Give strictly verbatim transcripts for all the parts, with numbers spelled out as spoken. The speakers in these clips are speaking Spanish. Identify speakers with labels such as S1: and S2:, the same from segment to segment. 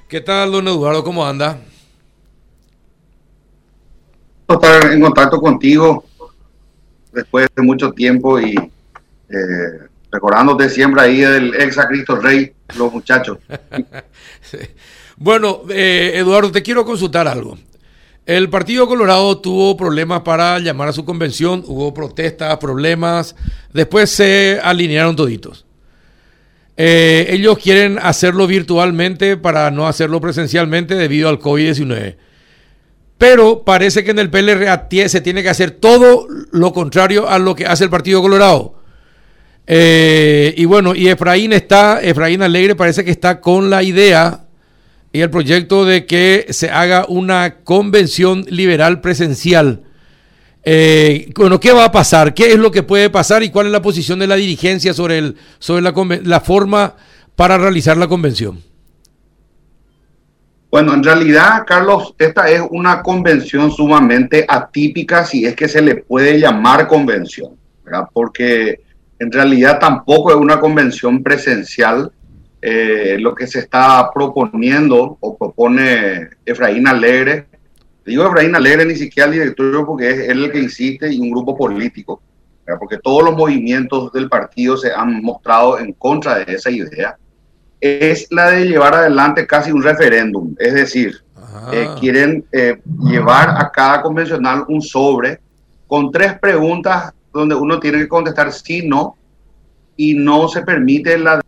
S1: ¿Qué tal, don Eduardo? ¿Cómo anda?
S2: Estar en contacto contigo después de mucho tiempo y eh, recordándote siempre ahí del ex a Cristo Rey, los muchachos.
S1: Sí. Bueno, eh, Eduardo, te quiero consultar algo. El Partido Colorado tuvo problemas para llamar a su convención, hubo protestas, problemas, después se alinearon toditos. Eh, ellos quieren hacerlo virtualmente para no hacerlo presencialmente debido al COVID diecinueve. Pero parece que en el P L R A se tiene que hacer todo lo contrario a lo que hace el Partido Colorado. Eh, y bueno, y Efraín está, Efraín Alegre parece que está con la idea y el proyecto de que se haga una convención liberal presencial. Eh, bueno, ¿qué va a pasar? ¿Qué es lo que puede pasar y cuál es la posición de la dirigencia sobre, el, sobre la, la forma para realizar la convención?
S2: Bueno, en realidad, Carlos, esta es una convención sumamente atípica, si es que se le puede llamar convención, ¿verdad? Porque en realidad tampoco es una convención presencial. Eh, lo que se está proponiendo o propone Efraín Alegre, digo Efraín Alegre ni siquiera el directorio porque es él el que insiste y un grupo político, ¿verdad? Porque todos los movimientos del partido se han mostrado en contra de esa idea, es la de llevar adelante casi un referéndum, es decir, eh, quieren eh, llevar a cada convencional un sobre con tres preguntas donde uno tiene que contestar sí, no, y no se permite la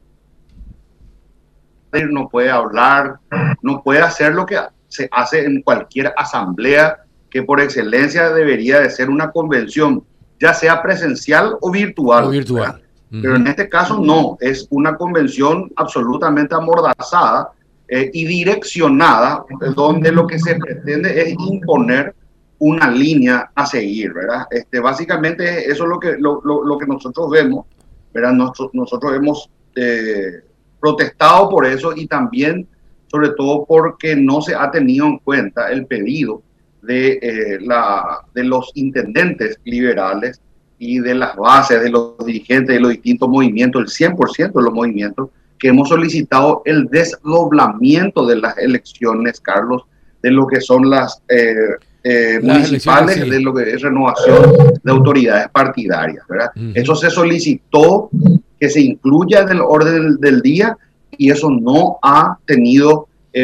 S2: no puede hablar, no puede hacer lo que se hace en cualquier asamblea que por excelencia debería de ser una convención, ya sea presencial o virtual.
S1: O virtual.
S2: Uh-huh. Pero en este caso no, es una convención absolutamente amordazada eh, y direccionada, donde lo que se pretende es imponer una línea a seguir, ¿verdad? Este, básicamente eso es lo que, lo, lo, lo que nosotros vemos, ¿verdad? Nosotros, nosotros hemos eh, protestado por eso y también, sobre todo, porque no se ha tenido en cuenta el pedido de, eh, la, de los intendentes liberales y de las bases, de los dirigentes de los distintos movimientos, el cien por ciento de los movimientos, que hemos solicitado el desdoblamiento de las elecciones, Carlos, de lo que son las, eh, eh, las municipales, sí. De lo que es renovación de autoridades partidarias, ¿verdad? Uh-huh. Eso se solicitó que se incluya en el orden del, del día y eso no ha tenido, eh,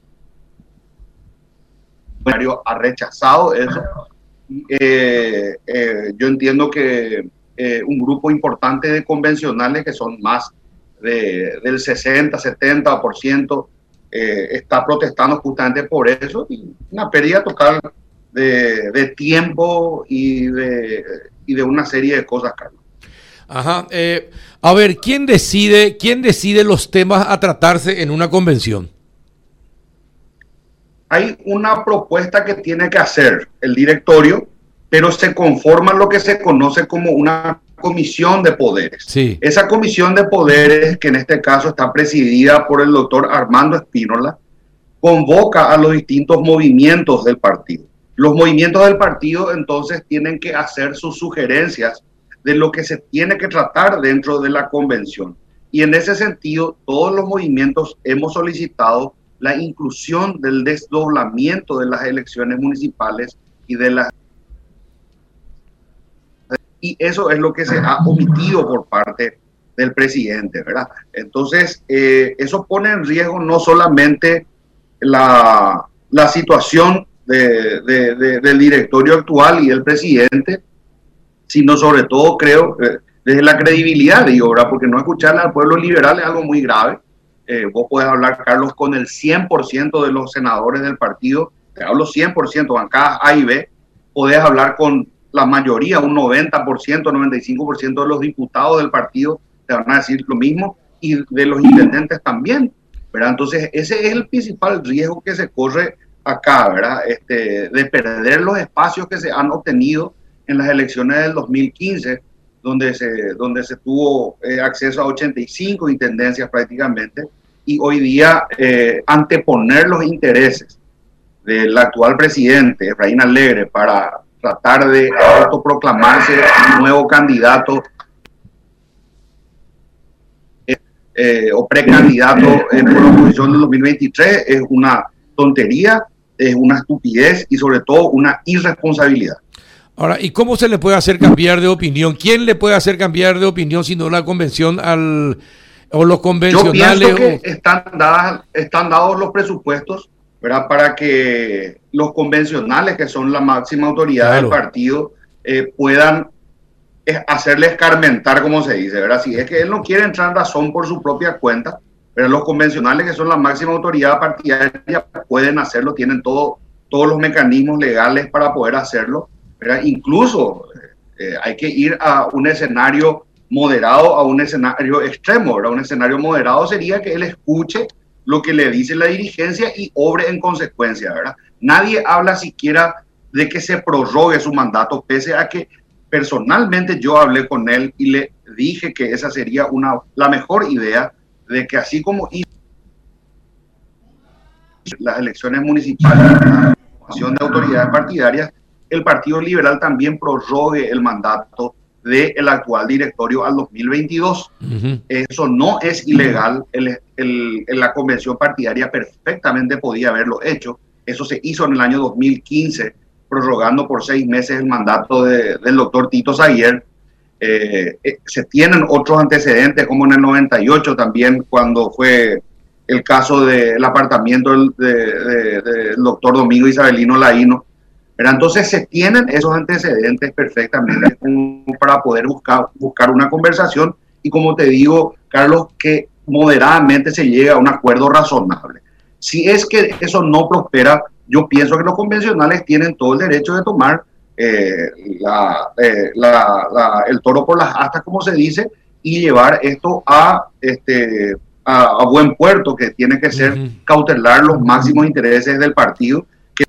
S2: ha rechazado eso. Eh, eh, yo entiendo que eh, un grupo importante de convencionales que son más de, del sesenta, setenta por ciento eh, está protestando justamente por eso y una pérdida total de, de tiempo y de, y de una serie de cosas, Carlos.
S1: Ajá. Eh, a ver, ¿quién decide, quién decide los temas a tratarse en una convención?
S2: Hay una propuesta que tiene que hacer el directorio, pero se conforma lo que se conoce como una comisión de poderes.
S1: Sí.
S2: Esa comisión de poderes, que en este caso está presidida por el doctor Armando Espínola, convoca a los distintos movimientos del partido. Los movimientos del partido entonces tienen que hacer sus sugerencias de lo que se tiene que tratar dentro de la convención. Y en ese sentido, todos los movimientos hemos solicitado la inclusión del desdoblamiento de las elecciones municipales y de las... Y eso es lo que se ha omitido por parte del presidente, ¿verdad? Entonces, eh, eso pone en riesgo no solamente la, la situación de, de, de, del directorio actual y del presidente, sino sobre todo, creo, eh, desde la credibilidad, digo, ¿verdad? Porque no escucharle al pueblo liberal es algo muy grave. Eh, vos podés hablar, Carlos, con el cien por ciento de los senadores del partido, te hablo cien por ciento, bancadas A y B, podés hablar con la mayoría, un noventa por ciento, noventa y cinco por ciento de los diputados del partido, te van a decir lo mismo, y de los intendentes también, ¿verdad? Entonces, ese es el principal riesgo que se corre acá, ¿verdad? Este, de perder los espacios que se han obtenido en las elecciones del dos mil quince, donde se, donde se tuvo eh, acceso a ochenta y cinco intendencias prácticamente, y hoy día eh, anteponer los intereses del actual presidente, Efraín Alegre, para tratar de autoproclamarse un nuevo candidato eh, o precandidato eh, por la oposición del dos mil veintitrés es una tontería, es una estupidez y sobre todo una irresponsabilidad.
S1: Ahora, ¿y cómo se le puede hacer cambiar de opinión? ¿Quién le puede hacer cambiar de opinión si no la convención al, o los convencionales?
S2: Yo pienso que
S1: o...
S2: están, dadas, están dados los presupuestos, ¿verdad?, para que los convencionales, que son la máxima autoridad claro. del partido, eh, puedan eh, hacerle escarmentar, como se dice, ¿verdad? Si es que él no quiere entrar en razón por su propia cuenta, pero los convencionales, que son la máxima autoridad partidaria, pueden hacerlo, tienen todo, todos los mecanismos legales para poder hacerlo, ¿verdad? Incluso eh, hay que ir a un escenario moderado, a un escenario extremo, ¿verdad? Un escenario moderado sería que él escuche lo que le dice la dirigencia y obre en consecuencia, ¿verdad? Nadie habla siquiera de que se prorrogue su mandato, pese a que personalmente yo hablé con él y le dije que esa sería una, la mejor idea, de que así como hizo las elecciones municipales, la formación de autoridades partidarias, el Partido Liberal también prorrogue el mandato del actual directorio al dos mil veintidós. Uh-huh. Eso no es ilegal, el, el, el, la convención partidaria perfectamente podía haberlo hecho. Eso se hizo en el año dos mil quince, prorrogando por seis meses el mandato de, del doctor Tito Saguier. Eh, eh, se tienen otros antecedentes, como en el noventa y ocho también, cuando fue el caso del apartamiento del de, de, de doctor Domingo Isabelino Laíno. Pero entonces se tienen esos antecedentes perfectamente para poder buscar, buscar una conversación y, como te digo, Carlos, que moderadamente se llegue a un acuerdo razonable. Si es que eso no prospera, yo pienso que los convencionales tienen todo el derecho de tomar eh, la, eh, la, la, el toro por las astas, como se dice, y llevar esto a, este, a, a buen puerto, que tiene que ser uh-huh. cautelar los máximos intereses del partido,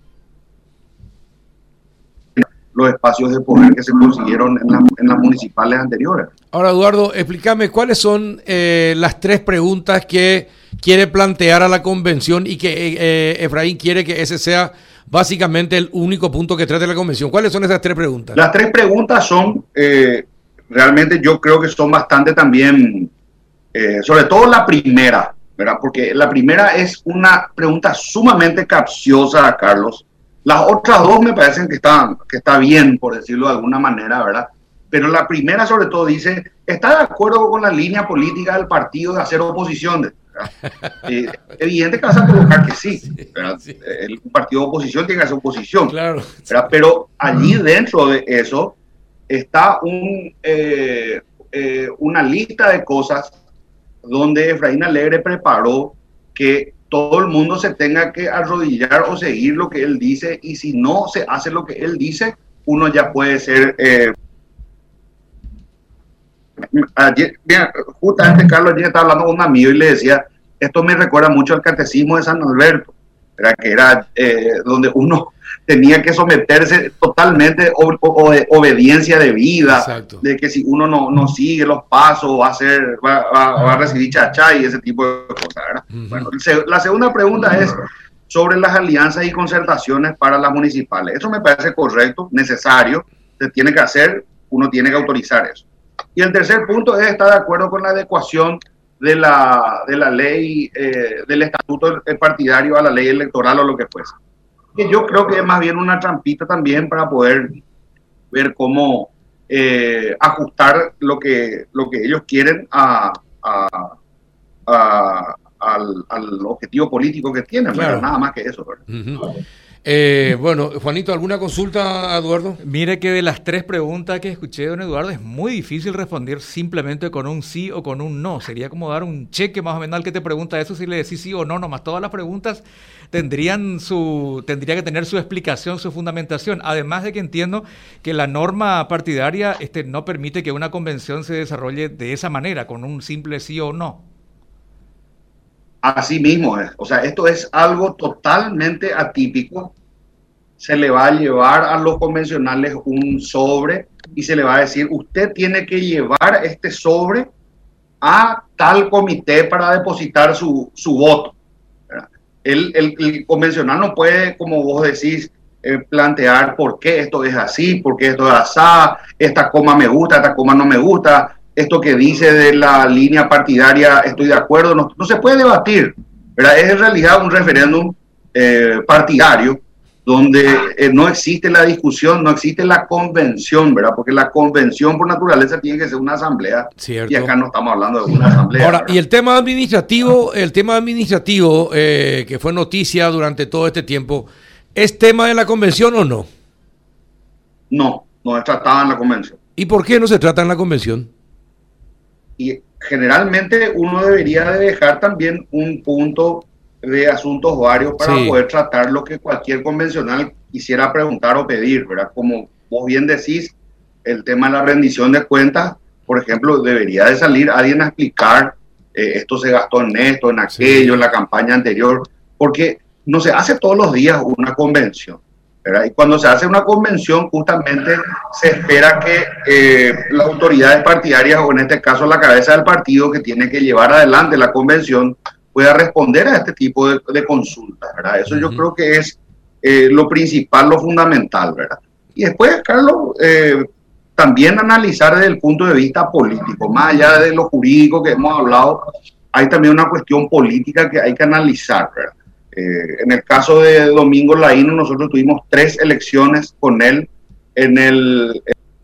S2: los espacios de poder que se consiguieron en, la, en las municipales anteriores.
S1: Ahora, Eduardo, explícame cuáles son eh, las tres preguntas que quiere plantear a la convención y que eh, Efraín quiere que ese sea básicamente el único punto que trate la convención. ¿Cuáles son esas tres preguntas?
S2: Las tres preguntas son, eh, realmente yo creo que son bastante también, eh, sobre todo la primera, ¿verdad? Porque la primera es una pregunta sumamente capciosa, Carlos. Las otras dos me parecen que están, que está bien, por decirlo de alguna manera, ¿verdad? Pero la primera, sobre todo, dice, ¿está de acuerdo con la línea política del partido de hacer oposición? Eh, evidente que vas a colocar que sí, ¿verdad? Sí. El partido de oposición tiene que hacer oposición,
S1: claro.
S2: ¿verdad? Pero allí dentro de eso está un, eh, eh, una lista de cosas donde Efraín Alegre preparó que todo el mundo se tenga que arrodillar o seguir lo que él dice, y si no se hace lo que él dice, uno ya puede ser... Eh, ayer, mira, justamente Carlos ayer estaba hablando con un amigo y le decía, esto me recuerda mucho al catecismo de San Alberto, ¿verdad? Que era eh, donde uno tenía que someterse totalmente o, o, de obediencia de vida. Exacto. De que si uno no, no sigue los pasos va a, ser, va, va, va a recibir chachá y ese tipo de cosas, ¿verdad? Uh-huh. Bueno, la segunda pregunta es sobre las alianzas y concertaciones para las municipales. Eso me parece correcto, necesario, se tiene que hacer, uno tiene que autorizar eso. Y el tercer punto es estar de acuerdo con la adecuación de la, de la ley, eh, del estatuto partidario a la ley electoral o lo que fuese. Que yo creo que es más bien una trampita también para poder ver cómo eh, ajustar lo que, lo que ellos quieren a, a, a, al, al objetivo político que tienen, claro. Pero nada más que eso, ¿verdad?
S1: Uh-huh. Eh, bueno, Juanito, ¿alguna consulta, Eduardo?
S3: Mire que de las tres preguntas que escuché, don Eduardo, es muy difícil responder simplemente con un sí o con un no. Sería como dar un cheque más o menos al que te pregunta eso, si le decís sí o no. Nomás todas las preguntas tendrían su, tendría que tener su explicación, su fundamentación. Además de que entiendo que la norma partidaria este, no permite que una convención se desarrolle de esa manera, con un simple sí o no.
S2: Así mismo es. O sea, esto es algo totalmente atípico. Se le va a llevar a los convencionales un sobre y se le va a decir, usted tiene que llevar este sobre a tal comité para depositar su, su voto. El, el, el convencional no puede, como vos decís, eh, plantear por qué esto es así, por qué esto es así, esta coma me gusta, esta coma no me gusta. esto que dice de la línea partidaria, estoy de acuerdo, no, no se puede debatir, ¿verdad? Es en realidad un referéndum eh, partidario donde eh, no existe la discusión, no existe la convención, ¿verdad? Porque la convención por naturaleza tiene que ser una asamblea.
S1: Cierto.
S2: Y acá no estamos hablando de una asamblea.
S1: Ahora,
S2: ¿verdad?
S1: y el tema administrativo, el tema administrativo eh, que fue noticia durante todo este tiempo, ¿es tema de la convención o no?
S2: No, no es tratado en la convención.
S1: ¿Y por qué no se trata en la convención?
S2: Y generalmente uno debería de dejar también un punto de asuntos varios para sí. poder tratar lo que cualquier convencional quisiera preguntar o pedir, ¿verdad? Como vos bien decís, el tema de la rendición de cuentas, por ejemplo, debería de salir alguien a explicar eh, esto se gastó en esto, en aquello, sí. en la campaña anterior, porque no se hace todos los días una convención, ¿verdad? Y cuando se hace una convención, justamente se espera que eh, las autoridades partidarias, o en este caso la cabeza del partido que tiene que llevar adelante la convención, pueda responder a este tipo de, de consultas, ¿verdad? Eso uh-huh. yo creo que es eh, lo principal, lo fundamental, ¿verdad? Y después, Carlos, eh, también analizar desde el punto de vista político, más allá de lo jurídico que hemos hablado, hay también una cuestión política que hay que analizar, ¿verdad? Eh, en el caso de Domingo Laíno, nosotros tuvimos tres elecciones con él en el,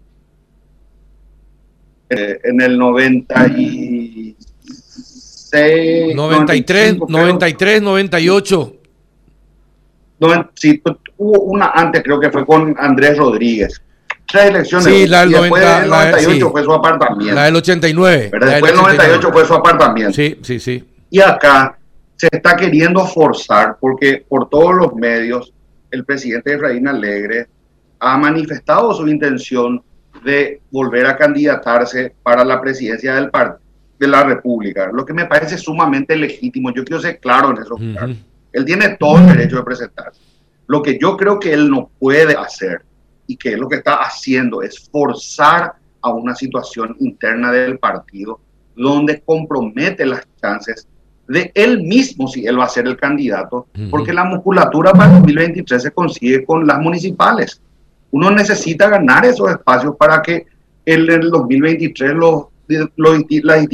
S2: eh, en el noventa y seis,
S1: noventa y tres, noventa y tres, noventa y ocho.
S2: Sí, hubo una antes, creo que fue con Andrés Rodríguez. Tres elecciones.
S1: Sí, la del
S2: y después
S1: noventa,
S2: del noventa y ocho
S1: la, sí.
S2: fue su apartamiento.
S1: La del ochenta y nueve.
S2: Pero después del noventa y ocho fue su apartamento.
S1: Sí, sí, sí.
S2: Y acá se está queriendo forzar, porque por todos los medios el presidente Efraín Alegre ha manifestado su intención de volver a candidatarse para la presidencia del partido de la República, lo que me parece sumamente legítimo. Yo quiero ser claro en eso. Uh-huh. Él tiene todo el derecho de presentarse. Lo que yo creo que él no puede hacer, y que es lo que está haciendo, es forzar a una situación interna del partido donde compromete las chances de él mismo, si él va a ser el candidato, uh-huh. porque la musculatura para el dos mil veintitrés se consigue con las municipales. Uno necesita ganar esos espacios para que en el dos mil veintitrés los, los, las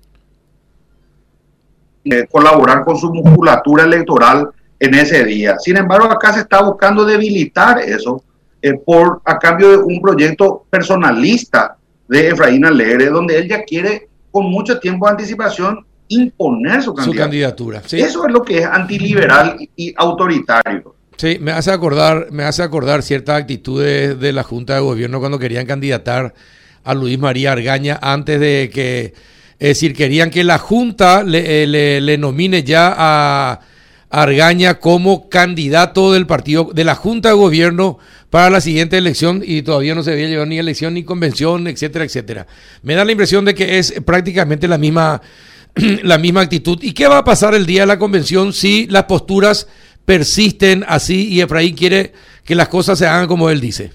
S2: eh, colaborar con su musculatura electoral en ese día. Sin embargo, acá se está buscando debilitar eso eh, por a cambio de un proyecto personalista de Efraín Alegre, donde él ya quiere con mucho tiempo de anticipación imponer su candidatura.
S1: Su candidatura, sí.
S2: Eso es lo que es antiliberal y, y autoritario.
S1: Sí, me hace acordar, me hace acordar ciertas actitudes de la Junta de Gobierno cuando querían candidatar a Luis María Argaña antes de que, es decir, querían que la Junta le, le, le nomine ya a Argaña como candidato del partido, de la Junta de Gobierno para la siguiente elección, y todavía no se había llevado ni elección ni convención, etcétera, etcétera. Me da la impresión de que es prácticamente la misma, la misma actitud. ¿Y qué va a pasar el día de la convención si las posturas persisten así y Efraín quiere que las cosas se hagan como él dice?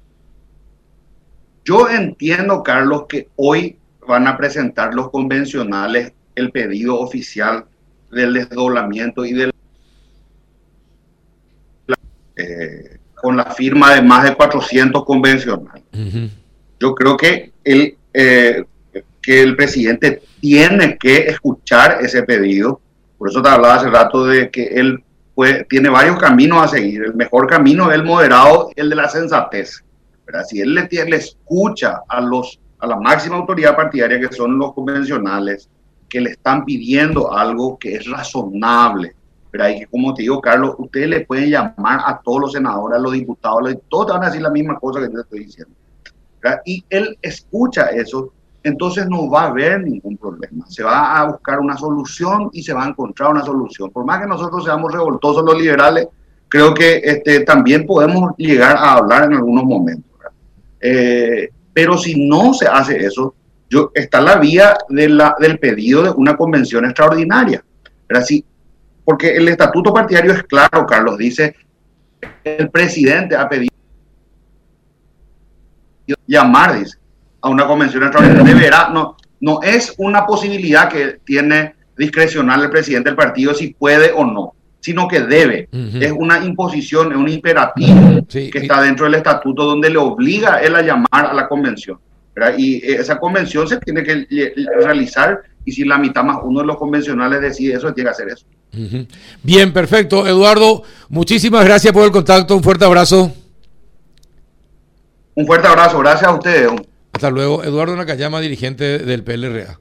S2: Yo entiendo, Carlos, que hoy van a presentar los convencionales el pedido oficial del desdoblamiento y del eh, con la firma de más de cuatrocientos convencionales. Uh-huh. Yo creo que el, eh, que el presidente tiene que escuchar ese pedido. Por eso te hablaba hace rato de que él puede, tiene varios caminos a seguir. El mejor camino es el moderado, el de la sensatez. ¿Verdad? Si él le, le escucha a, los, a la máxima autoridad partidaria, que son los convencionales, que le están pidiendo algo que es razonable, ¿verdad? Y que, como te digo, Carlos, ustedes le pueden llamar a todos los senadores, a los diputados, a los, todos te van a decir la misma cosa que yo te estoy diciendo, ¿verdad? Y él escucha eso, entonces no va a haber ningún problema. Se va a buscar una solución y se va a encontrar una solución. Por más que nosotros seamos revoltosos los liberales, creo que este, también podemos llegar a hablar en algunos momentos, ¿verdad? Eh, pero si no se hace eso, Yo, está la vía de la, del pedido de una convención extraordinaria, ¿verdad? Sí, porque el estatuto partidario es claro, Carlos, dice, el presidente ha pedido llamar, dice, a una convención extraordinaria. Deberá, no, no es una posibilidad que tiene discrecional el presidente del partido si puede o no, sino que debe. Uh-huh. Es una imposición, es un imperativo sí, que y... está dentro del estatuto donde le obliga a él a llamar a la convención. ¿verdad? Y esa convención se tiene que realizar, y si la mitad más uno de los convencionales decide eso, tiene que hacer eso.
S1: Uh-huh. Bien, perfecto. Eduardo, muchísimas gracias por el contacto. Un fuerte abrazo.
S2: Un fuerte abrazo. Gracias a ustedes.
S1: Hasta luego. Eduardo Nakayama, dirigente del P L R A.